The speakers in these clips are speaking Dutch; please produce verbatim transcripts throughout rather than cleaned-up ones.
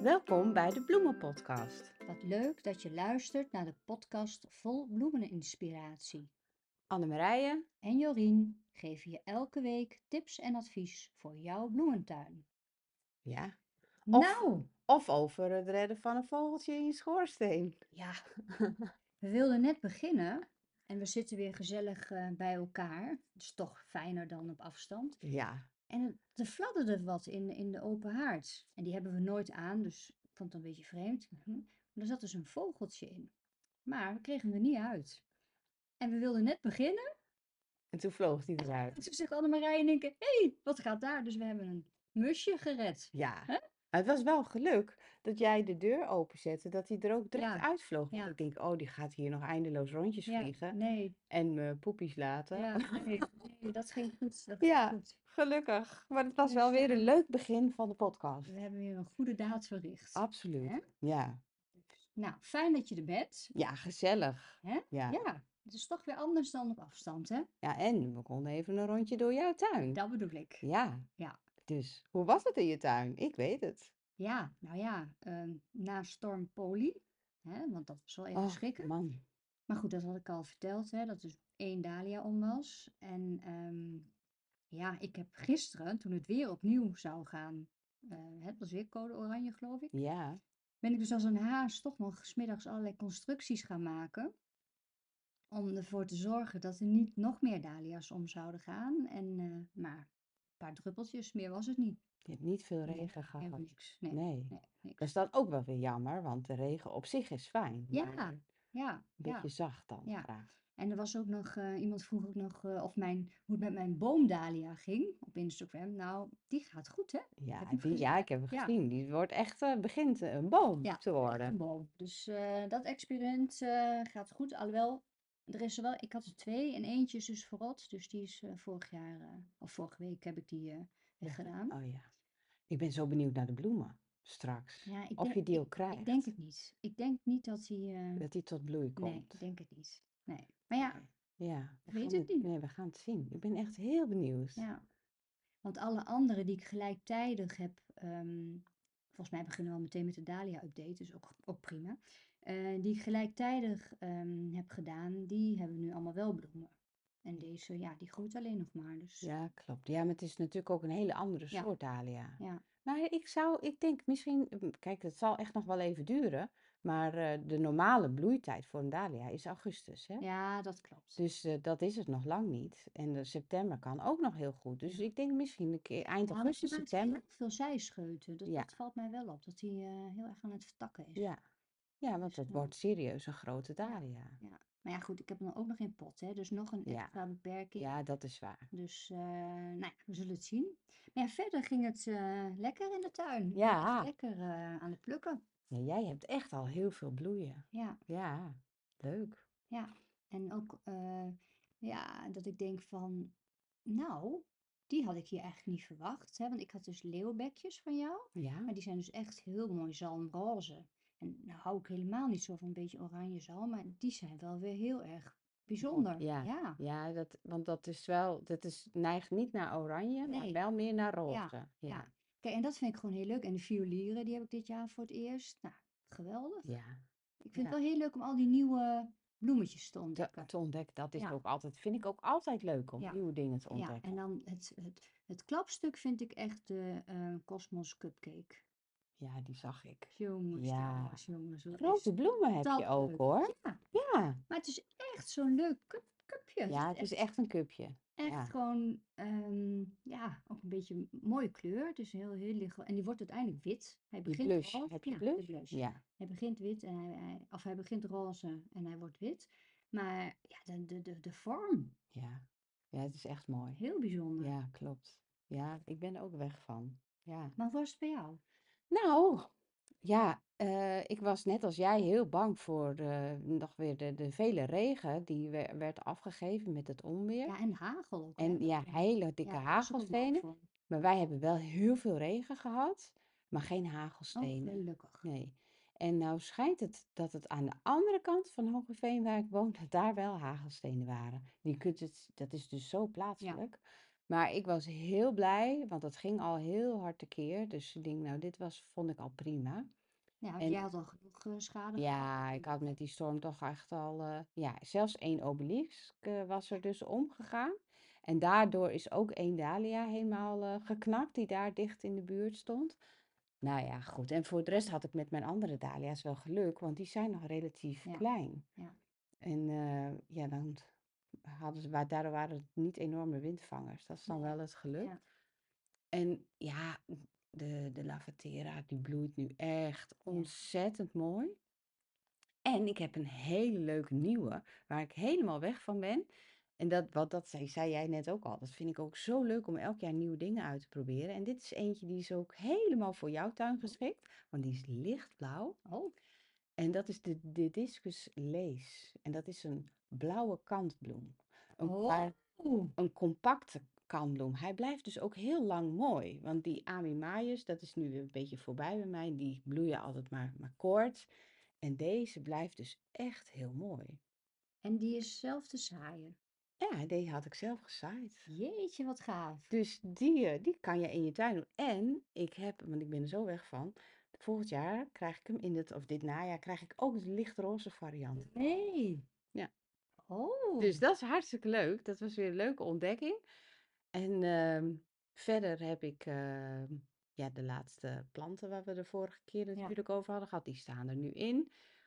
Welkom bij de Bloemenpodcast. Wat leuk dat je luistert naar de podcast vol bloemeninspiratie. Annemarije En Jorien geven je elke week tips en advies voor jouw bloementuin. ja. Of, Nou, of over het redden van een vogeltje in je schoorsteen. ja, we wilden net beginnen en we zitten weer gezellig eh, bij elkaar. Het is toch fijner dan op afstand. Ja, En het- er fladderde wat in, in de open haard. En die hebben we nooit aan, dus ik vond het een beetje vreemd. Hm. Maar er zat dus een vogeltje in. Maar we kregen hem er niet uit. En we wilden net beginnen. en toen vloog hij En eruit. toen zegt Annemarije in één keer, hé, hey, wat gaat daar? Dus we hebben een musje gered. Ja, Hè? maar het was wel geluk dat jij de deur openzette, dat hij er ook direct Ja, uitvloog. Want ja, ik denk, oh, die gaat hier nog eindeloos rondjes ja, vliegen nee, en me poepies laten. ja, nee, nee, dat ging goed, dat ging Ja, goed. gelukkig. Maar het was wel Dus weer eh, een leuk begin van de podcast. we hebben weer een goede daad verricht. Hè? Absoluut. Ja, Dus, nou, fijn dat je er bent. ja, gezellig. Hè? Ja. Ja, het is toch weer anders dan op afstand, hè? Ja, en we konden even een rondje door jouw tuin. Dat bedoel ik. Ja, Ja, dus hoe was het in je tuin? Ik weet het. ja, nou ja, ehm, na storm Polly, hè, want dat was wel even Oh, schrikken. man. Maar goed, dat had ik al verteld, hè, dat er één dahlia om was. En ehm, ja, ik heb gisteren, toen het weer opnieuw zou gaan, eh, het was weer code oranje geloof ik, Ja, ben ik dus als een haas toch nog 's middags allerlei constructies gaan maken. Om ervoor te zorgen dat er niet nog meer dahlia's om zouden gaan. En, eh, maar een paar druppeltjes, meer was het niet. je hebt niet veel Nee, regen helemaal gehad. niks. Nee, Nee. nee, Dat niks. is dan ook wel weer jammer, want de regen op zich is fijn. Maar Ja, een ja, beetje ja, zacht dan ja. graag. En er was ook nog, eh, iemand vroeg ook nog eh, of mijn, hoe het met mijn boomdalia ging op Instagram. Nou, die gaat goed, hè? Ja, Heb je hem die, ja, gezien? ik heb hem Ja, gezien. Die wordt echt, eh, begint eh, een boom ja, te echt een worden. boom. Dus eh, dat experiment eh, gaat goed. Alhoewel, er is er wel, ik had er twee en eentje is dus verrot. Dus die is eh, vorig jaar, eh, of vorige week heb ik die eh, Weg- weggedaan. Oh ja. Ik ben zo benieuwd naar de bloemen straks. Ja, ik Of denk, je die ik, ook ik denk krijgt. het niet. Ik denk niet dat hij, eh, Dat die tot bloei nee, ik komt. denk het niet. Nee. Maar ja, Nee. Ja, we ik weet gaan het het, niet. nee, we gaan het zien. Ik ben echt heel benieuwd. Ja. Want alle andere die ik gelijktijdig heb, ehm, volgens mij beginnen we al meteen met de Dahlia-update, dus ook, ook prima. Eh, die ik gelijktijdig ehm, heb gedaan, die hebben nu allemaal wel bloemen. En deze, ja, die groeit alleen nog maar. Dus Ja, klopt. Ja, maar het is natuurlijk ook een hele andere ja, soort dahlia. ja, Maar ik zou, ik denk misschien, mm, kijk, het zal echt nog wel even duren, maar eh, de normale bloeitijd voor een dahlia is augustus, hè? ja, dat klopt. Dus eh, dat is het nog lang niet. En eh, september kan ook nog heel goed. Dus Ja. ik denk misschien een keer eind Ja, maar die augustus, maakt september. heel veel zijscheuten. Dat, Ja, dat valt mij wel op, dat hij eh, heel erg aan het vertakken is. ja, ja, want Dus het eh, wordt serieus een grote ja, dahlia. ja. Maar ja, goed, ik heb hem ook nog in pot, hè, dus nog een Ja, extra beperking. ja, dat is waar. Dus eh, nou ja, we zullen het zien. Maar ja, verder ging het eh, lekker in de tuin. Ik ben echt Ja, lekker eh, aan het plukken. ja, jij hebt echt al heel veel bloeien. Ja, Ja, leuk. ja. En ook eh, ja, dat ik denk van, nou, die had ik hier eigenlijk niet verwacht. Hè? Want ik had dus leeuwbekjes van jou. Ja, Maar die zijn dus echt heel mooi zalmroze. En nou hou ik helemaal niet zo van een beetje oranje zalm. Maar die zijn wel weer heel erg mooi. bijzonder. Ja, Ja, ja, dat, want dat is wel, dat is, neigt niet naar oranje, maar nee, wel meer naar ja, roze. ja. Ja, Kijk, en dat vind ik gewoon heel leuk. En de violieren, die heb ik dit jaar voor het eerst. Nou, geweldig. ja, Ik vind het ja. wel heel leuk om al die nieuwe bloemetjes te Te, ontdekken. te ontdekken, dat is Ja, ook altijd, vind ik ook altijd leuk om ja, nieuwe dingen te ja. En ontdekken. dan het, het, het klapstuk vind ik echt de eh, Cosmos Cupcake. Ja, die zag ik. Jongens, Ja, jongens, jongens, wat is grote bloemen heb je dat ook leuk. hoor. Ja, Ja, maar het is echt zo'n leuk cup, cupje. Het is ja, het is echt, echt een cupje. echt Ja, gewoon, ehm, ja, ook een beetje een mooie kleur. Het is heel, heel licht. En die wordt uiteindelijk wit. Hij die begint blush, roze. heb je Ja, de blush? blush. Ja, Hij begint wit en hij, hij- of hij begint roze en hij wordt wit. Maar ja, de, de, de, de vorm, ja, ja, het is echt mooi. heel bijzonder. Ja, klopt. Ja, ik ben er ook weg van. Ja. Maar hoe was het bij jou? Nou, ja, eh, ik was net als jij heel bang voor eh, nog weer de, de vele regen die we- werd afgegeven met het onweer. Ja, en hagel ook, hè? En ja, Ja, hele dikke ja, daar was ik ook bang hagelstenen. voor. Maar wij hebben wel heel veel regen gehad, maar geen Oh, hagelstenen. gelukkig. Nee. En nou schijnt het dat het aan de andere kant van Hoogeveen waar ik woon, dat daar wel hagelstenen waren. Die kunt het, dat is dus zo Ja, plaatselijk. Maar ik was heel blij, want het ging al heel hard tekeer. Dus ik denk, nou, dit was, vond ik al prima. Ja, want jij En had al genoeg eh, schade gehad ja, ik had natuurlijk. met die storm toch echt al, eh, ja, zelfs één obelisk eh, was er dus omgegaan. En daardoor is ook één dahlia helemaal eh, geknakt, die daar dicht in de buurt stond. Nou ja, goed. En voor de rest had ik met mijn andere dahlia's wel geluk, want die zijn nog relatief Ja, klein. ja, En eh, ja, dan hadden ze, wa- daardoor waren het niet enorme windvangers. Dat is dan nee, wel het geluk. ja, En ja, de, de Lavatera, die bloeit nu echt ja. ontzettend mooi. En ik heb een hele leuke nieuwe, waar ik helemaal weg van ben. En dat, wat dat zei, zei jij net ook al. Dat vind ik ook zo leuk om elk jaar nieuwe dingen uit te proberen. En dit is eentje die is ook helemaal voor jouw tuin geschikt, want die is lichtblauw. Oh, En dat is de Hibiscus lace. En dat is een blauwe kantbloem. Een, oh, maar een compacte kantbloem. Hij blijft dus ook heel lang mooi. Want die Amimayus, dat is nu weer een beetje voorbij bij mij. Die bloeien altijd maar, maar kort. En deze blijft dus echt heel mooi. en die is zelf te zaaien. Ja, die had ik zelf gezaaid. Jeetje, wat gaaf. Dus die, eh, die kan je in je tuin doen. En ik heb, want ik ben er zo weg van. Volgend jaar krijg ik hem in het, of dit najaar, krijg ik ook de lichtroze variant. Nee. Ja. Oh, Dus dat is hartstikke leuk. Dat was weer een leuke ontdekking. En ehm, verder heb ik ehm, ja, de laatste planten waar we de vorige keer ja. natuurlijk over hadden gehad, die staan er nu in.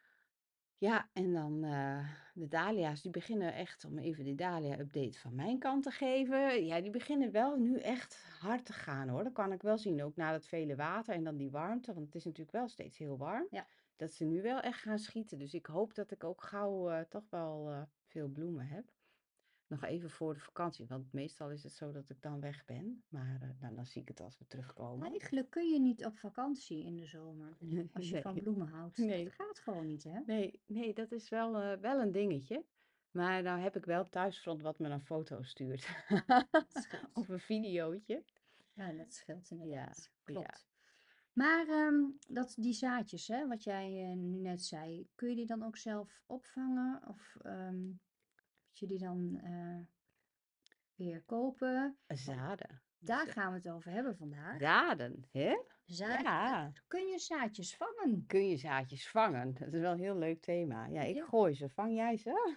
Ja, en dan eh, de dahlia's, die beginnen echt, om even de dahlia-update van mijn kant te geven. Ja, die beginnen wel nu echt hard te gaan hoor. Dat kan ik wel zien, ook na het vele water en dan die warmte, want het is natuurlijk wel steeds heel warm. Ja. Dat ze nu wel echt gaan schieten. Dus ik hoop dat ik ook gauw eh, toch wel eh, veel bloemen heb. Nog even voor de vakantie, want meestal is het zo dat ik dan weg ben. Maar eh, nou, dan zie ik het als we terugkomen. Eigenlijk kun je niet op vakantie in de zomer. Als je van Nee, bloemen houdt. Dat nee, gaat gewoon niet, hè? nee, nee, dat is wel, eh, wel een dingetje. Maar nou heb ik wel thuisfront wat me een foto stuurt. Dat scheelt. Of een videootje. Ja, dat scheelt Ja, inderdaad. ja. Klopt. Maar ehm, dat, die zaadjes, hè, wat jij eh, nu net zei, kun je die dan ook zelf opvangen? Of ehm, moet je die dan eh, weer kopen? Want Zaden. daar Z- gaan we het over hebben vandaag. Zaden, hè? Zaadjes. Ja. Kun je zaadjes vangen? Kun je zaadjes vangen? Dat is wel een heel leuk thema. Ja, ik Ja. gooi ze. Vang jij ze?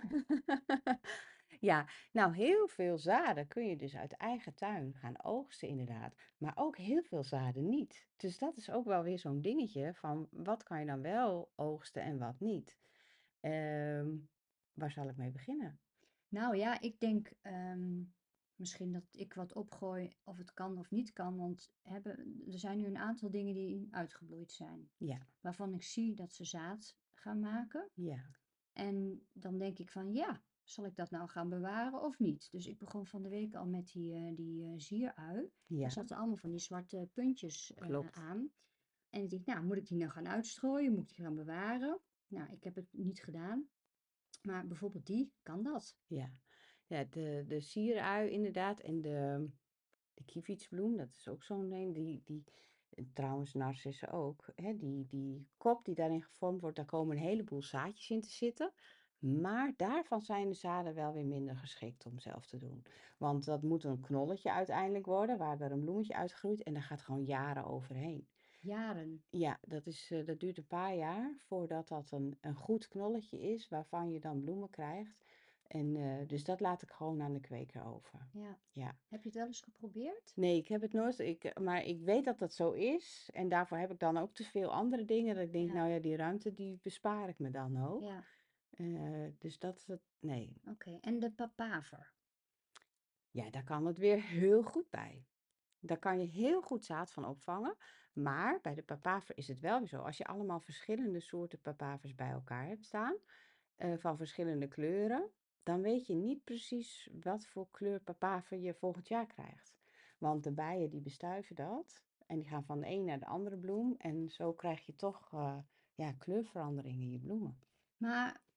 Ja, nou heel veel zaden kun je dus uit eigen tuin gaan oogsten inderdaad. Maar ook heel veel zaden niet. Dus dat is ook wel weer zo'n dingetje van wat kan je dan wel oogsten en wat niet. Ehm, waar zal ik mee beginnen? Nou ja, ik denk ehm, misschien dat ik wat opgooi of het kan of niet kan. Want hebben, er zijn nu een aantal dingen die uitgebloeid zijn. Ja, Waarvan ik zie dat ze zaad gaan maken. ja, En dan denk ik van ja, zal ik dat nou gaan bewaren of niet? Dus ik begon van de week al met die, eh, die eh, zierui. Daar ja, zaten allemaal van die zwarte puntjes eh, klopt. aan. En ik dacht, nou, moet ik die nou gaan uitstrooien? Moet ik die gaan bewaren? Nou, ik heb het niet gedaan. Maar bijvoorbeeld die, kan dat? Ja, ja de, de sierui inderdaad en de, de kievietsbloem, dat is ook zo'n een. Die, die, en trouwens narcissen ook. Hè, die, die kop die daarin gevormd wordt, daar komen een heleboel zaadjes in te zitten. Maar daarvan zijn de zaden wel weer minder geschikt om zelf te doen. Want dat moet een knolletje uiteindelijk worden, waar er een bloemetje uitgroeit. En daar gaat gewoon jaren overheen. Jaren. Ja, dat is, eh, dat duurt een paar jaar voordat dat een, een goed knolletje is, waarvan je dan bloemen krijgt. En eh, dus dat laat ik gewoon aan de kweker over. Ja. Ja. Heb je het wel eens geprobeerd? Nee, ik heb het nooit, ik, eh, maar ik weet dat dat zo is. En daarvoor heb ik dan ook te veel andere dingen. Dat ik denk, Ja, nou ja, die ruimte die bespaar ik me dan ook. ja, Eh, dus dat is het, nee. oké. En de papaver? Ja, daar kan het weer heel goed bij. Daar kan je heel goed zaad van opvangen. Maar bij de papaver is het wel weer zo. Als je allemaal verschillende soorten papavers bij elkaar hebt staan, eh, van verschillende kleuren, dan weet je niet precies wat voor kleur papaver je volgend jaar krijgt. Want de bijen die bestuiven dat en die gaan van de een naar de andere bloem. En zo krijg je toch eh, ja, kleurverandering in je bloemen. Maar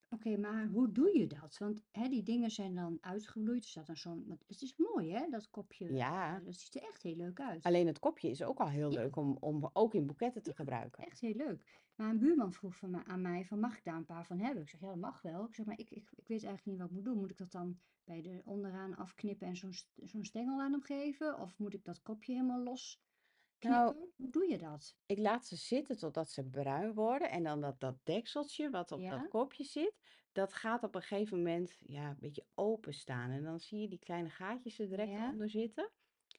Oké, maar hoe doe je dat? Want hè, die dingen zijn dan uitgebloeid. Er staat dan zo'n. Want het is mooi, hè? Dat kopje. Ja, eh, dat ziet er echt heel leuk uit. alleen het kopje is ook al heel Ja, leuk om, om ook in boeketten te ja, gebruiken. echt heel leuk. Maar een buurman vroeg van me, aan mij: van, mag ik daar een paar van hebben? Ik zeg: ja, dat mag wel. Ik zeg: maar ik, ik, ik weet eigenlijk niet wat ik moet doen. Moet ik dat dan bij de onderaan afknippen en zo'n st- zo'n stengel aan hem geven? Of moet ik dat kopje helemaal los Nou, knippen? Hoe doe je dat? ik laat ze zitten totdat ze bruin worden. En dan dat, dat dekseltje wat op dat Ja, kopje zit, dat gaat op een gegeven moment ja, een beetje openstaan. En dan zie je die kleine gaatjes er direct ja, onder zitten.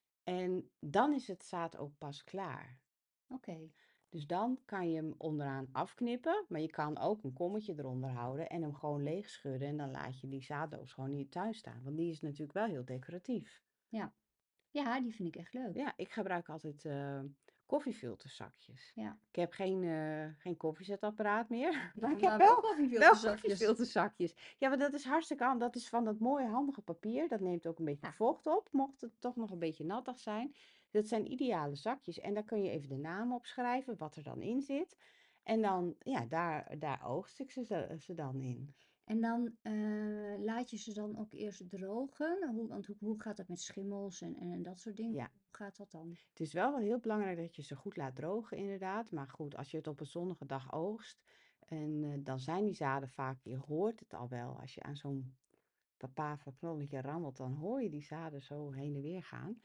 En dan is het zaad ook pas klaar. oké. Dus dan kan je hem onderaan afknippen, maar je kan ook een kommetje eronder houden en hem gewoon leeg schudden. En dan laat je die zaaddoos gewoon in je tuin staan, want die is natuurlijk wel heel decoratief. Ja. Ja, die vind ik echt leuk. Ja, ik gebruik altijd eh, koffiefilterzakjes. Ja. Ik heb geen, eh, geen koffiezetapparaat meer, maar ik heb Maar wel wel, wel koffiefilterzakjes. koffiefilterzakjes. Ja, maar dat is hartstikke handig. Dat is van dat mooie handige papier. Dat neemt ook een beetje Ja, vocht op, mocht het toch nog een beetje nattig zijn. Dat zijn ideale zakjes. En daar kun je even de naam op schrijven, wat er dan in zit. En dan, ja, daar, daar oogst ik ze, ze ze dan in. en dan eh, laat je ze dan ook eerst drogen. Hoe, want hoe, hoe gaat dat met schimmels en, en, en dat soort dingen? Ja. Hoe gaat dat dan? Het is wel wel heel belangrijk dat je ze goed laat drogen, inderdaad. Maar goed, als je het op een zonnige dag oogst, en eh, dan zijn die zaden vaak, je hoort het al wel. Als je aan zo'n papaverknolletje rammelt, dan hoor je die zaden zo heen en weer gaan.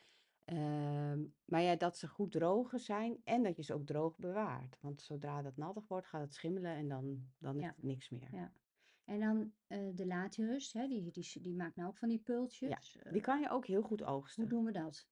Ehm, maar ja, dat ze goed drogen zijn en dat je ze ook droog bewaart. Want zodra dat nattig wordt, gaat het schimmelen en dan, dan is Ja, het niks meer. ja. En dan eh, de Latirus, hè, die, die, die maakt nou ook van die Ja, pultjes. Eh, die kan je ook heel goed hoe oogsten. doen we dat?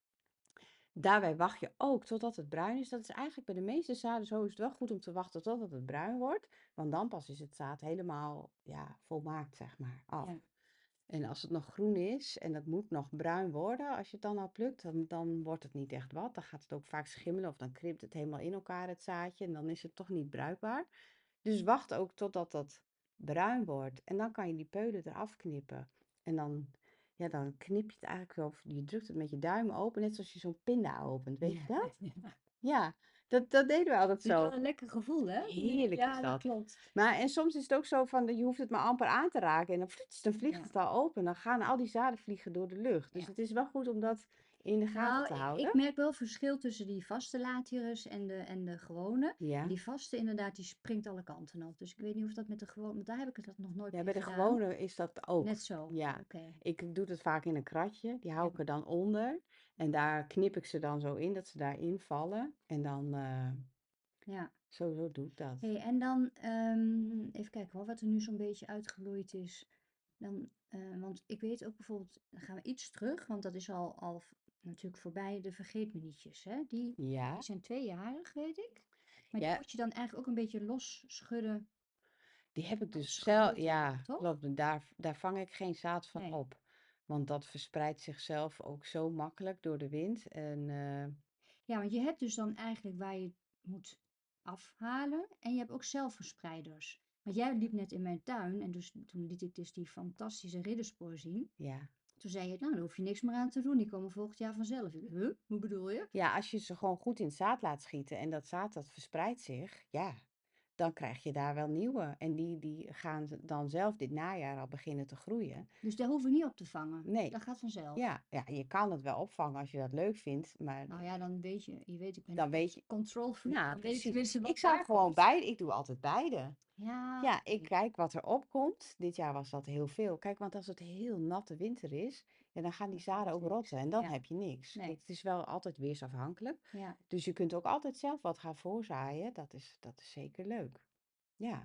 Daarbij wacht je ook totdat het bruin is. Dat is eigenlijk bij de meeste zaden zo. Is het wel goed om te wachten totdat het bruin wordt. Want dan pas is het zaad helemaal ja, volmaakt, zeg maar, af. Ja, En als het nog groen is en het moet nog bruin worden, als je het dan al plukt, dan, dan wordt het niet echt wat. Dan gaat het ook vaak schimmelen of dan krimpt het helemaal in elkaar, het zaadje. En dan is het toch niet bruikbaar. Dus wacht ook totdat dat bruin wordt. En dan kan je die peulen eraf knippen. En dan, ja, dan knip je het eigenlijk zo, of je drukt het met je duim open, net zoals je zo'n pinda opent. Weet je ja, dat? ja. Ja, dat, dat deden we altijd Het is wel zo. een lekker gevoel, hè? Heerlijk is Ja, dat dat. klopt. Maar en soms is het ook zo van, je hoeft het maar amper aan te raken en dan, flits, dan vliegt Ja, het al open. Dan gaan al die zaden vliegen door de lucht. Dus ja. het is wel goed om dat in de gaten Nou, te ik, ik houden. merk wel verschil tussen die vaste Latirus en de, en de gewone. En Ja. die vaste inderdaad, die springt alle kanten op. Dus ik weet niet of dat met de gewone, want daar heb ik het nog nooit Ja, mee bij de gedaan. gewone is dat ook. Net zo, Ja. oké. Ik doe het vaak in een kratje. Die hou Ja, ik er dan onder. En daar knip ik ze dan zo in, dat ze daarin vallen. En dan, eh, ja. zo, zo doe ik dat. Hey, en dan, ehm, even kijken hoor, wat er nu zo'n beetje uitgebloeid is. Dan, eh, want ik weet ook bijvoorbeeld, dan gaan we iets terug, want dat is al, al v- natuurlijk voorbij de vergeetmenietjes, hè? Die, die Ja. zijn tweejarig, weet ik. Maar die Ja, moet je dan eigenlijk ook een beetje los schudden die heb ik als dus ze zelf, gerold hebben, ja, toch? klopt. En Daar, daar vang ik geen zaad van Nee. op. Want dat verspreidt zichzelf ook zo makkelijk door de wind. En eh, Ja, want je hebt dus dan eigenlijk waar je het moet afhalen en je hebt ook zelfverspreiders. Want jij liep net in mijn tuin en dus toen liet ik dus die fantastische ridderspoor zien. ja. Toen zei je, nou, daar hoef je niks meer aan te doen. Die komen volgend jaar vanzelf. Ik, huh? Hoe bedoel je? Ja, als je ze gewoon goed in het zaad laat schieten en dat zaad dat verspreidt zich, ja, dan krijg je daar wel nieuwe. En die, die gaan ze dan zelf dit najaar al beginnen te groeien. Dus daar hoef ik niet op te vangen. Nee, Dat gaat vanzelf. ja, ja, je kan het wel opvangen als je dat leuk vindt, maar Nou ja, dan weet je, je weet, ik ben een dan weet cont- je, control freak. nou Dan weet ik precies. tenminste Ik wat zou daar gewoon komt. beide, ik doe altijd beide. Ja, Ja, ik oké. kijk wat er opkomt. Dit jaar was dat heel veel. Kijk, want als het heel natte winter is, ja, dan gaan die Dan zaden wordt ook niks. rotten en dan Ja, heb je niks. Kijk, nee. het is wel altijd weersafhankelijk. Ja. Dus je kunt ook altijd zelf wat gaan voorzaaien. Dat is, dat is zeker leuk. Ja,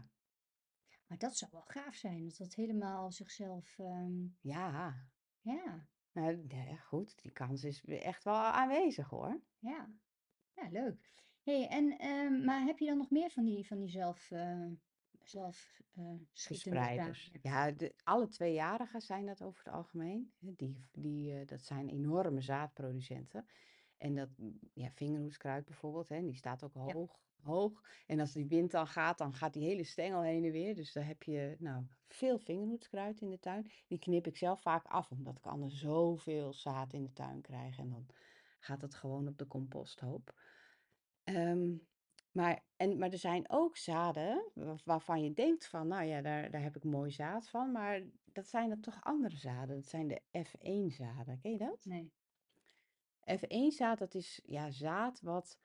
Maar dat zou wel gaaf zijn. Dat dat helemaal zichzelf, ehm, ja. ja, Nou, ja, goed, die kans is weer echt wel aanwezig hoor. ja. Ja, leuk. Hey, en, ehm, maar heb je dan nog meer van die, van die zelf, eh, zelf eh, schietende Verspreiders. zaden? Ja, de, alle tweejarigen zijn dat over het algemeen. Hè, Die, die, eh, dat zijn enorme zaadproducenten. En dat, mm, ja, vingerhoedskruid bijvoorbeeld, hè, die staat ook Ja. hoog, hoog. En als die wind dan gaat, dan gaat die hele stengel heen en weer. Dus dan heb je, nou, veel vingerhoedskruid in de tuin. Die knip ik zelf vaak af, omdat ik anders zoveel zaad in de tuin krijg. En dan gaat het gewoon op de composthoop. Ehm, Maar, en, maar er zijn ook zaden wa- waarvan je denkt van, nou ja, daar, daar heb ik mooi zaad van. Maar dat zijn dan toch andere zaden. Dat zijn de F één zaden. Ken je dat? Nee. F één zaad, dat is ja, zaad wat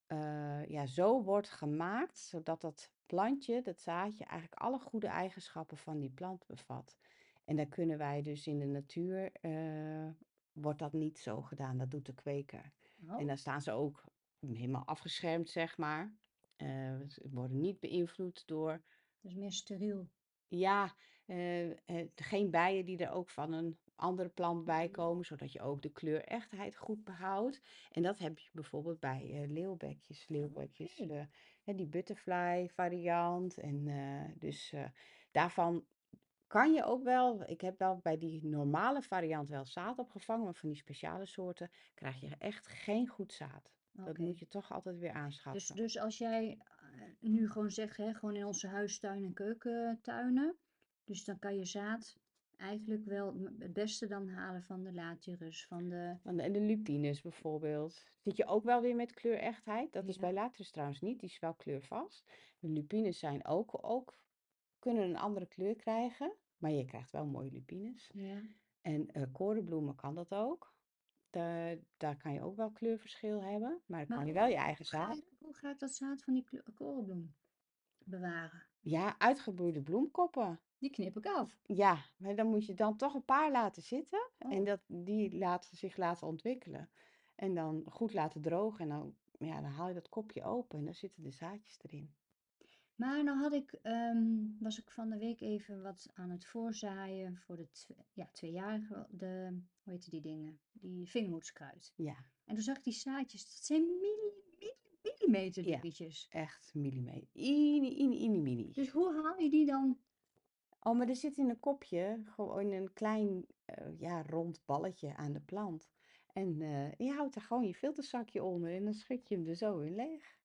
eh, ja, zo wordt gemaakt, zodat dat plantje, dat zaadje, eigenlijk alle goede eigenschappen van die plant bevat. En daar kunnen wij dus in de natuur, eh, wordt dat niet zo gedaan. Dat doet de kweker. En Oh, dan staan ze ook helemaal afgeschermd, zeg maar. Eh, ze worden niet beïnvloed door, dat is meer steriel. ja, eh, eh, geen bijen die er ook van een andere plant bij Mhm. komen, zodat je ook de kleurechtheid goed behoudt. En dat heb je bijvoorbeeld bij eh, leeuwbekjes, leeuwbekjes, Oké. eh, hè, die butterfly variant. En eh, dus eh, daarvan kan je ook wel, ik heb wel bij die normale variant wel zaad opgevangen, maar van die speciale soorten krijg je echt geen goed zaad. Dat Oké. moet je toch altijd weer Dus, aanschaffen. dus als jij eh, nu gewoon zegt, hè, gewoon in onze huistuin en keukentuinen, dus dan kan je zaad eigenlijk wel m- het beste dan halen van de Lathyrus, van de... Want- En de lupines bijvoorbeeld. Zit je ook wel weer met kleurechtheid? Dat is Ja, bij Latrus trouwens niet, die is wel kleurvast. De lupines zijn ook, ook, kunnen een andere kleur krijgen, maar je krijgt wel mooie lupines. ja. En eh korenbloemen kan dat ook. Daar, daar kan je ook wel kleurverschil hebben, maar dan Maar kan je hoe, wel je hoe eigen ga zaad. je, hoe ga ik dat zaad van die kle- korenbloem bewaren? Ja, uitgebroeide bloemkoppen. Die knip ik af. Ja, maar dan moet je dan toch een paar laten zitten en Oh, dat, die laten zich laten ontwikkelen. En dan goed laten drogen en dan, ja, dan haal je dat kopje open en dan zitten de zaadjes erin. maar nou had ik, ehm, was ik van de week even wat aan het voorzaaien voor de tw- ja, tweejarige, de, hoe heet die dingen? Die vingerhoedskruid. Ja, En toen zag ik die zaadjes, dat zijn milli, milli, millimeter ja, dingetjes. echt millimeter. Ini, ini, ini, mini. Dus hoe haal je die dan? Oh, maar er zit in een kopje gewoon een klein, eh, ja, rond balletje aan de plant. En eh, je houdt er gewoon je filterzakje onder en dan schud je hem er zo in leeg.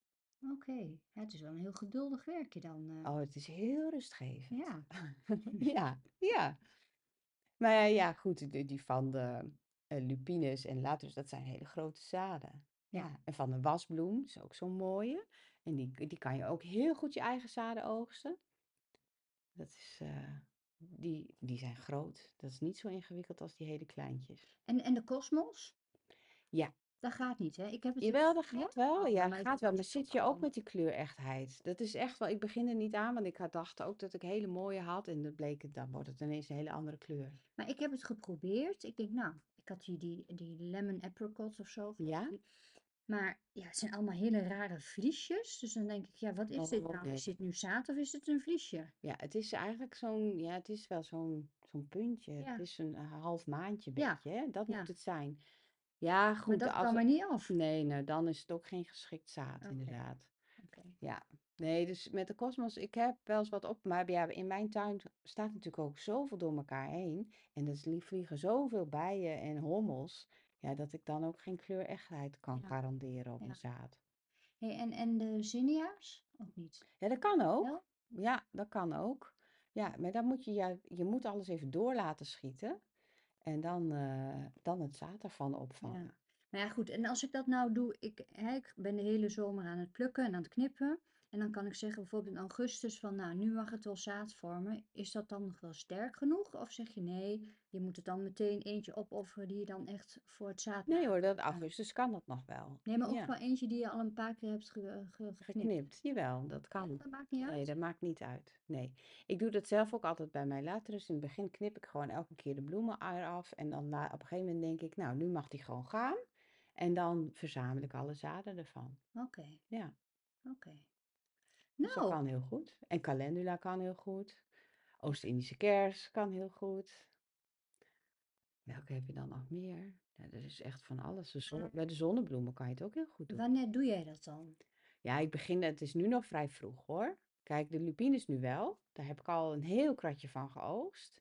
Oké, ja, het is wel een heel geduldig werkje dan. eh. Oh, het is heel rustgevend. Ja, Ja, ja. Maar ja, ja, goed, die, die van de eh, lupines en laters, dat zijn hele grote zaden. ja, Ja, en van de wasbloem is ook zo'n mooie. En die, die kan je ook heel goed je eigen zaden oogsten. Dat is, eh, die, die zijn groot. Dat is niet zo ingewikkeld als die hele kleintjes. En, en de kosmos? Ja, Dat gaat niet, hè? Ik heb het, jawel, dat ja? gaat wel. Oh, bij Ja, mij is gaat het wel. wel Maar zit je stoppen ook al. met die kleurechtheid? Dat is echt wel, ik begin er niet aan, want ik had dacht ook dat ik hele mooie had. En dat bleek, het- dan wordt het ineens een hele andere kleur. Maar ik heb het geprobeerd. Ik denk, nou, ik had die, die, die lemon apricot of zo. Ja? Maar ja, het zijn allemaal hele rare vliesjes. Dus dan denk ik, ja, wat is dit Oh, nou? nee. Is dit nu zaad of is het een vliesje? Ja, het is eigenlijk zo'n, ja, het is wel zo'n zo'n puntje. Het Ja, is een eh, half maandje ja, beetje, hè? Dat moet ja. het zijn. Ja, Maar goed, dat als, kwam er niet af. nee, nou, dan is het ook geen geschikt zaad, Oké, inderdaad. oké. Ja, nee, dus met de kosmos, ik heb wel eens wat op, maar ja, in mijn tuin staat natuurlijk ook zoveel door elkaar heen. En er vlie- vliegen zoveel bijen en hommels, ja, dat ik dan ook geen kleurechtheid kan Ja, garanderen op mijn ja. zaad. Hey, en, en de zinnia's? Ook niet. Ja, dat kan ook. Wel? Ja, dat kan ook. Ja, maar dan moet je, ja, je moet alles even door laten schieten en dan, eh, dan het zaad ervan Ja. opvangen. Maar ja, goed. En als ik dat nou doe, ik, hè, ik ben de hele zomer aan het plukken en aan het knippen. En dan kan ik zeggen bijvoorbeeld in augustus van, nou, nu mag het wel zaad vormen. Is dat dan nog wel sterk genoeg? Of zeg je nee, je moet het dan meteen eentje opofferen die je dan echt voor het zaad Nee hoor, naamt? dat augustus kan dat nog wel. Nee, maar ook Ja. gewoon eentje die je al een paar keer hebt ge- ge- geknipt. Geknipt, jawel, dat Ja, kan. dat maakt niet Nee, uit. dat maakt niet uit. Nee. Ik doe dat zelf ook altijd bij mijn laterus. In het begin knip ik gewoon elke keer de bloemen eraf. En dan la- op een gegeven moment denk ik, nou, nu mag die gewoon gaan. En dan verzamel ik alle zaden ervan. Oké, Ja, oké. dus dat Nou, kan heel goed. En calendula kan heel goed. Oost-Indische kers kan heel goed. Welke heb je dan nog meer? Ja, er is echt van alles. De zon- bij de zonnebloemen kan je het ook heel goed doen. wanneer doe jij dat dan? Ja, ik begin, het is nu nog vrij vroeg hoor. Kijk, de lupines nu wel. Daar heb ik al een heel kratje van geoogst.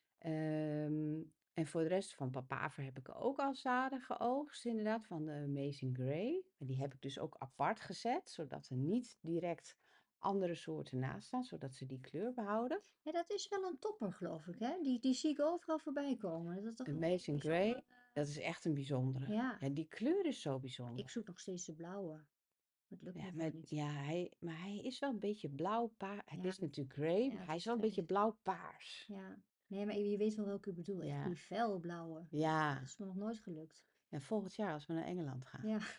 Ehm, en voor de rest van papaver heb ik ook al zaden geoogst, inderdaad, van de Amazing Grey. En die heb ik dus ook apart gezet, zodat er niet direct andere soorten naast staan, zodat ze die kleur behouden. Ja, dat is wel een topper, geloof ik, hè? Die, die zie ik overal voorbij komen. Dat is toch een hele Amazing Grey, bijzondere... dat is echt een bijzondere. Ja, Ja, die kleur is zo maar ik bijzonder. zoek nog steeds de blauwe. Dat lukt Ja, me gewoon met, niet. ja hij, maar hij is wel een beetje blauw-paars. Het Ja, is natuurlijk grey, ja, maar het hij is is wel een beetje grijs. blauw-paars. Ja. Nee, maar je weet wel welke ik bedoel. Echt Ja, die felblauwe. ja. Dat is me nog nooit gelukt. En volgend jaar als we naar Engeland gaan. Ja,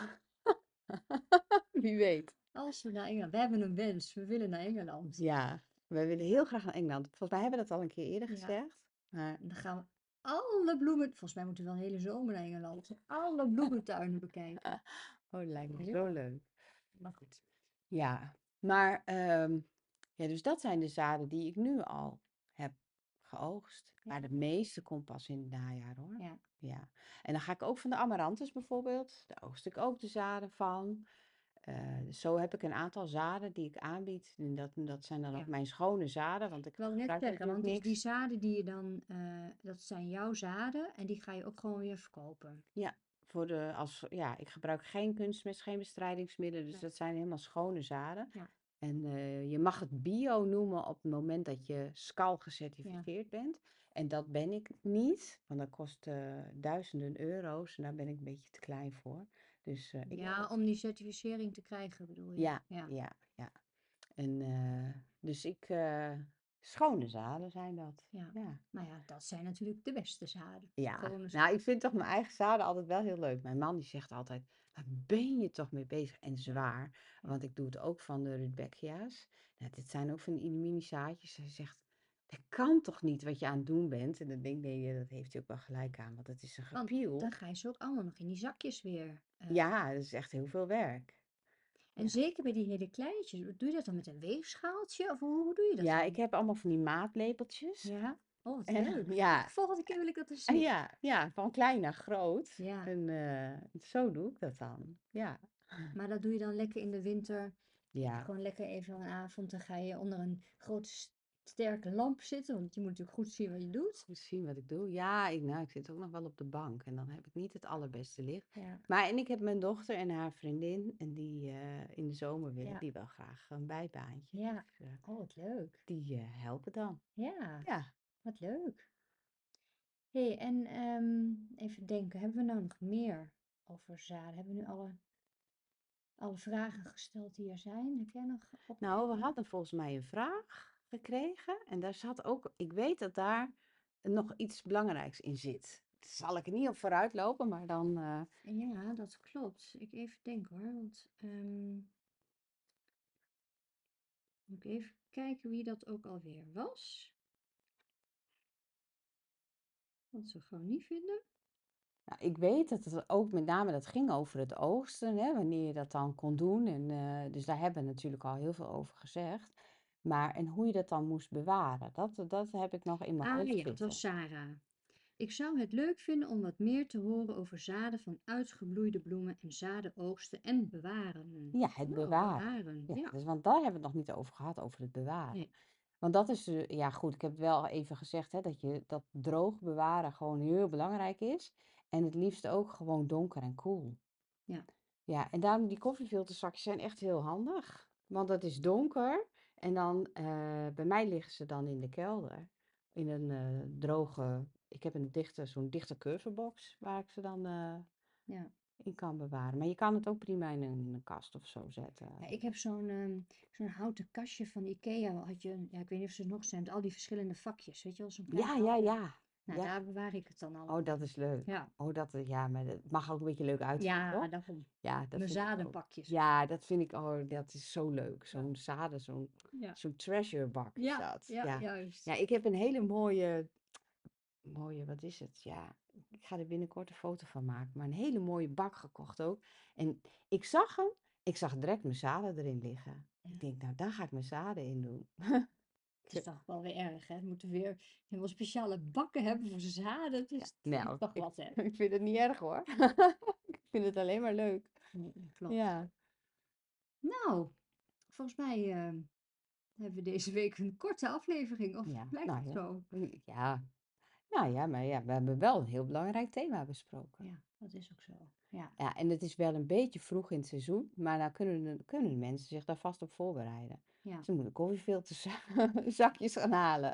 Wie weet. als we naar Engeland... We hebben een wens. We willen naar Engeland. Ja, we willen heel graag naar Engeland. Volgens mij hebben we dat al een keer eerder Ja. gezegd. Maar En dan gaan we alle bloemen... Volgens mij moeten we wel een hele zomer naar Engeland. Alle bloementuinen bekijken. oh, lijkt me zo Ja, leuk. maar goed. Ja, maar ehm, ja, dus dat zijn de zaden die ik nu al heb geoogst. Ja, Maar de meeste komt pas in het najaar hoor. ja, Ja. En dan ga ik ook van de amaranthus bijvoorbeeld. Daar oogst ik ook de zaden van. Eh, dus zo heb ik een aantal zaden die ik aanbied. En dat, dat zijn dan ook ja. mijn schone zaden, want Ik ik wou net gebruik zeggen, natuurlijk want dus die niks. zaden die je dan... eh, dat zijn jouw zaden en die ga je ook gewoon weer verkopen. Ja, voor de, als, ja, ik gebruik geen kunstmest, geen bestrijdingsmiddelen. Dus Nee. dat zijn helemaal schone zaden. Ja, En eh, je mag het bio noemen op het moment dat je S C A L ja, gecertificeerd bent. En dat ben ik niet, want dat kost eh, duizenden euro's en daar ben ik een beetje te klein voor. Dus eh, ik heb ja, het. om die certificering te krijgen bedoel je? Ja, Ja, ja, ja. En eh, dus ik, eh, schone zaden zijn dat. ja. Ja. Maar ja, dat zijn natuurlijk de beste zaden. Ja, Gewone nou, zaden. ik vind toch mijn eigen zaden altijd wel heel leuk. Mijn man die zegt altijd, waar ben je toch mee bezig? En zwaar, Ja. want ik doe het ook van de Rudbeckia's. Nou, dit zijn ook van die mini zaadjes. Hij zegt, dat kan toch niet wat je aan het doen bent? En dan denk ik, nee, dat heeft hij ook wel gelijk aan, want het is een Want gepiel. dan ga je ze ook allemaal nog in die zakjes weer. eh, Ja, dat is echt heel veel werk. En Ja. zeker bij die hele kleintjes. Doe je dat dan met een weegschaaltje? Of hoe, hoe doe je dat Ja, ik dan? heb allemaal van die maatlepeltjes. Ja? Oh, wat En leuk. ja, Volgende keer wil ik dat eens en zien. ja, ja, van klein naar groot. Ja, En eh, zo doe ik dat dan. Ja. maar dat doe je dan lekker in de winter. Heb je Ja. gewoon lekker even een avond. Dan ga je onder een grote s- sterke lamp zitten. Want je moet natuurlijk goed zien wat je doet. Goed zien wat ik doe. Ja, ik, nou, ik zit ook nog wel op de bank en dan heb ik niet het allerbeste licht. Ja, Maar en ik heb mijn dochter en haar vriendin en die eh, in de zomer willen ja, die wel graag een bijbaantje. ja. Dus eh, Oh, wat leuk. die eh, helpen dan. Ja, Ja. wat leuk. Hé, hey, en ehm, even denken. Hebben we nou nog meer over zaden? Hebben we nu alle, alle vragen gesteld die er zijn? Heb jij nog Nou, we opgevallen? hadden volgens mij een vraag gekregen en daar zat ook, ik weet dat daar nog iets belangrijks in zit. Daar zal ik er niet op vooruit lopen, maar dan, eh, Ja, dat klopt. Ik even denken hoor, want ehm, moet ik even kijken wie dat ook alweer was. Want ze gewoon niet vinden. nou, ik weet dat het ook met name dat ging over het oogsten, hè, wanneer je dat dan kon doen. En, eh, dus daar hebben we natuurlijk al heel veel over gezegd. Maar en hoe je dat dan moest bewaren, dat, dat heb ik nog in mijn Ah hoofd ja, het was zitten. Sarah. Ik zou het leuk vinden om wat meer te horen over zaden van uitgebloeide bloemen en zaden oogsten en bewaren. Ja, het Nou, bewaren. bewaren, Ja, ja. dus, want daar hebben we het nog niet over gehad, over het bewaren. Nee, Want dat is, eh, ja goed, ik heb het wel even gezegd, hè, dat je dat droog bewaren gewoon heel belangrijk is. En het liefst ook gewoon donker en koel. ja, Ja, en daarom die koffiefilterzakjes zijn echt heel handig. Want het is donker en dan, eh, bij mij liggen ze dan in de kelder. In een eh, droge, ik heb een dichte, zo'n dichte curvebox waar ik ze dan eh, ja. in kan bewaren. Maar je kan het ook prima in een, in een kast of zo zetten. Ja, ik heb zo'n ehm, zo'n houten kastje van IKEA. Had je, een- ja, ik weet niet of ze het nog zijn, met al die verschillende vakjes. Weet je wel, zo'n klein Ja, ja, houten. ja. Nou, Ja. daar bewaar ik het dan Oh, allemaal dat in. is leuk. Ja, Oh, dat, eh, ja, maar het mag ook een beetje leuk uitzien, ja, toch? daarom. Ja, dat Mijn vind ik ook. zadenbakjes. Ja, dat vind ik, oh, dat is zo leuk. Ja, Zo'n zaden, zo'n ja, zo'n treasure bak is ja, dat. ja, Ja. juist. Ja, ik heb een hele mooie, mooie, wat is het? Ja, ik ga er binnenkort een foto van maken. Maar een hele mooie bak gekocht ook. En ik zag hem, ik zag direct mijn zaden erin liggen. Ja. Ik denk, nou, daar ga ik mijn zaden in doen. Het is toch wel weer erg, hè? We moeten weer helemaal speciale bakken hebben voor zaden. Het Ja, is, het is nou, toch ik, wat, hè? ik vind het niet erg hoor. Ik vind het alleen maar leuk. Nee, klopt. Ja. Nou, volgens mij eh, hebben we deze week een korte aflevering. Of Ja, lijkt nou het ja. zo? Mm, ja. Nou ja, maar ja, we hebben wel een heel belangrijk thema besproken. Ja, dat is ook zo. Ja, Ja, en het is wel een beetje vroeg in het seizoen, maar nou kunnen de, kunnen de mensen zich daar vast op voorbereiden. ja. Ze moeten koffiefilterzakjes gaan halen.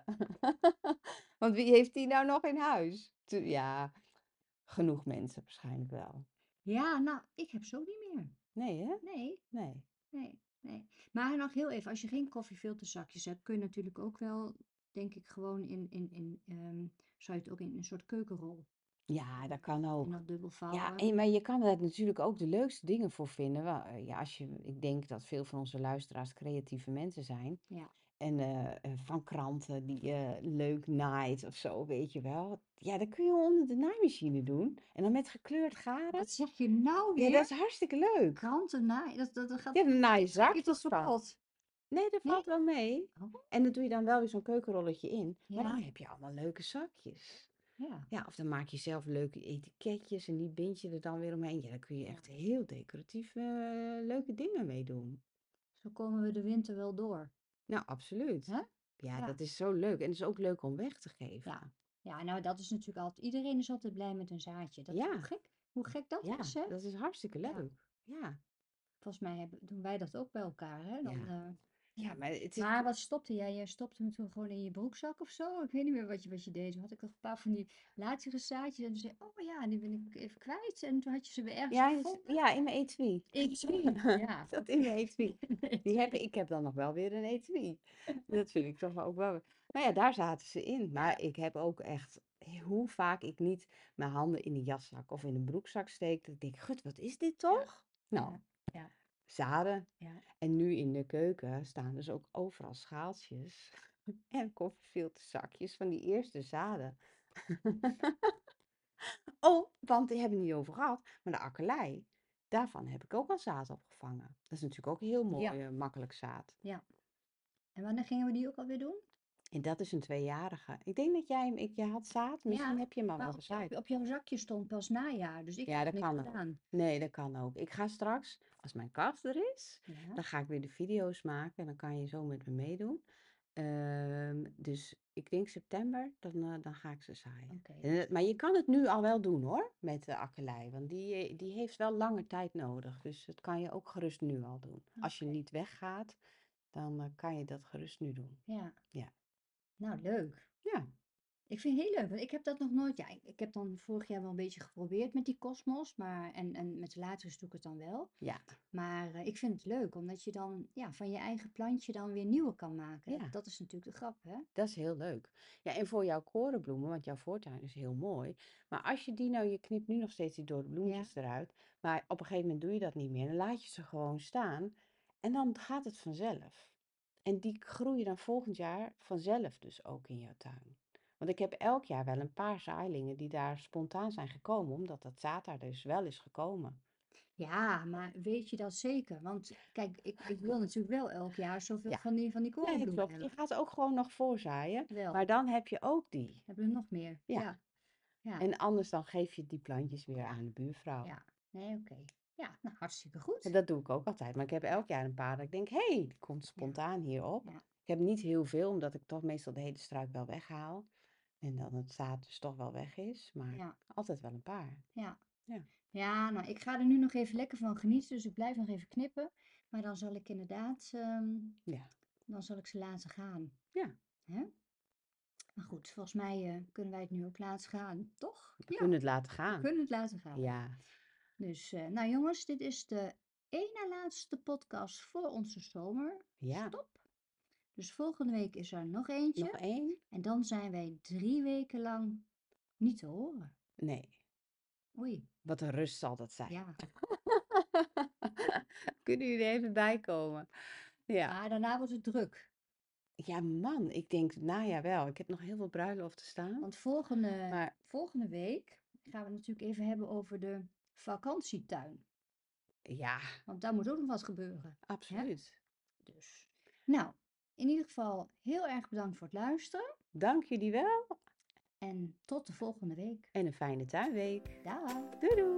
Want wie heeft die nou nog in huis? Tu- Ja, genoeg mensen waarschijnlijk wel. Ja, nou, ik heb zo niet meer. Nee, hè? Nee, Nee. nee, nee. Maar nog heel even, als je geen koffiefilterzakjes hebt, kun je natuurlijk ook wel, denk ik, gewoon in, in, in ehm, zou je het ook in een soort keukenrol Ja, dat doen. kan En ook. dat dubbel Ja, vouwen. en, maar je kan er natuurlijk ook de leukste dingen voor vinden. Wel, eh, ja, als je, ik denk dat veel van onze luisteraars creatieve mensen zijn. Ja. En eh, eh, van kranten die je leuk naait of zo, weet je wel. Ja, dat kun je onder de naaimachine doen. En dan met gekleurd garen. Wat zeg je nou Ja, dat is weer? hartstikke leuk. Kranten, naai, dat, dat, dat gaat Ja, dan naai je dat gaat hier toch zakjes van. kapot? Nee, dat Nee? valt wel mee. Oh, En dan doe je dan wel weer zo'n keukenrolletje in. Maar dan ja, heb je allemaal leuke zakjes. ja, Ja, of dan maak je zelf leuke etiketjes en die bind je er dan weer omheen. Ja, daar kun je ja. echt heel decoratief eh, leuke dingen mee doen. Zo komen we de winter wel door. Nou, absoluut. Hè? Ja, Ja, dat is zo leuk. En het is ook leuk om weg te geven. ja. Ja, nou dat is natuurlijk altijd, iedereen is altijd blij met een zaadje. Dat, hoe Ja, gek, hoe gek dat is, ja, hè? dat is hartstikke Ja, leuk. Ja, volgens mij hebben, doen wij dat ook bij elkaar, hè? Dan, ja. eh, Ja, ja. maar het is... Maar wat stopte jij? Jij stopte hem toen gewoon in je broekzak of zo? Ik weet niet meer wat je, wat je deed. Toen had ik nog een paar van die latere zaadjes en toen zei je, oh ja, die ben ik even kwijt. En toen had je ze weer ergens Ja, is- gevonden. ja, in mijn etui. Ik zie. Ja, Zat in oké. mijn etui. Die heb ik, ik heb dan nog wel weer een etui. Dat vind ik toch wel ook wel. Nou ja, daar zaten ze in. Maar Ja, ik heb ook echt, hoe vaak ik niet mijn handen in de jaszak of in een broekzak steek. Dat ik denk, gut, wat is dit ja, toch? Nou, ja, ja, zaden. ja. En nu in de keuken staan dus ook overal schaaltjes en koffiefilterzakjes van die eerste zaden. Oh, want die hebben we niet over gehad. Maar de akkerlei, daarvan heb ik ook al zaad opgevangen. Dat is natuurlijk ook heel mooi, Ja, eh, makkelijk zaad. ja. En wanneer gingen we die ook alweer doen? En dat is een tweejarige. Ik denk dat jij hem, ik, je had zaad, misschien Ja, heb je hem al maar wel op, je- op, gezaaid. je- op jouw zakje stond pas najaar, dus ik heb Ja, nog dat niks kan ook. gedaan. Nee, dat kan ook. Ik ga straks, als mijn kast er is, Ja, dan ga ik weer de video's maken en dan kan je zo met me meedoen. Ehm, dus ik denk september, dan, eh, dan ga ik ze zaaien. oké. En, eh, maar je kan het nu al wel doen hoor, met de akkerlei. Want die, eh, die heeft wel lange tijd nodig. Dus dat kan je ook gerust nu al doen. Als je Oké. niet weggaat, dan eh, kan je dat gerust nu doen. Ja, Ja. nou leuk. Ja. Ik vind het heel leuk, want ik heb dat nog nooit. Ja, ik, ik heb dan vorig jaar wel een beetje geprobeerd met die Cosmos, maar en, en met de latere doe ik het dan wel. Ja. Maar eh, ik vind het leuk, omdat je dan ja, van je eigen plantje dan weer nieuwe kan maken. Dat, Ja. dat is natuurlijk de grap, hè? Dat is heel leuk. Ja, en voor jouw korenbloemen, want jouw voortuin is heel mooi. Maar als je die nou, je knipt nu nog steeds die dode Ja, bloemetjes eruit. Maar op een gegeven moment doe je dat niet meer. Dan laat je ze gewoon staan. En dan gaat het vanzelf. En die groeien dan volgend jaar vanzelf dus ook in jouw tuin. Want ik heb elk jaar wel een paar zaailingen die daar spontaan zijn gekomen. Omdat dat zaad daar dus wel is gekomen. ja, maar weet je dat zeker? Want kijk, ik, ik wil natuurlijk wel elk jaar zoveel Ja, van die, van die nee, korenbloemen klopt. Je hebben. gaat ook gewoon nog voorzaaien. Wel, Maar dan heb je ook die. hebben we nog meer? Ja. Ja, ja, En anders dan geef je die plantjes weer ja, aan de buurvrouw. ja. Nee, oké. Ja, nou hartstikke En goed. dat doe ik ook altijd. Maar ik heb Ja, elk jaar een paar dat ik denk, hé, hey, die komt ja, spontaan hierop. ja, Ik heb niet heel veel, omdat ik toch meestal de hele struik wel weghaal. En dan het zaad dus toch wel weg is. Maar ja, altijd wel een paar. ja. Ja, Ja, nou, ik ga er nu nog even lekker van genieten, dus ik blijf nog even knippen. Maar dan zal ik inderdaad, ehm, ja, dan zal ik ze laten gaan. ja. Hè? Maar goed, volgens mij eh, kunnen wij het nu ook laten gaan, toch? We Ja, kunnen het laten we gaan. kunnen het laten gaan. Ja, Dus, eh, nou jongens, dit is de ene laatste podcast voor onze ja. zomerstop. Dus volgende week is er nog Nog eentje. één? En dan zijn wij drie weken lang niet te horen. Nee. Oei, Wat een rust zal dat zijn. ja. Kunnen jullie even bijkomen? Ja. Maar daarna wordt het druk. Ja, man, ik denk, nou ja, wel. Ik heb nog heel veel bruiloften staan. Want volgende, Maar volgende week gaan we het natuurlijk even hebben over de vakantietuin. ja, Want daar moet ook nog wat gebeuren. Hè? absoluut. Dus. Nou, in ieder geval heel erg bedankt voor het luisteren. Dank jullie wel En tot de volgende week. en een fijne tuinweek. Dag! Doei doei!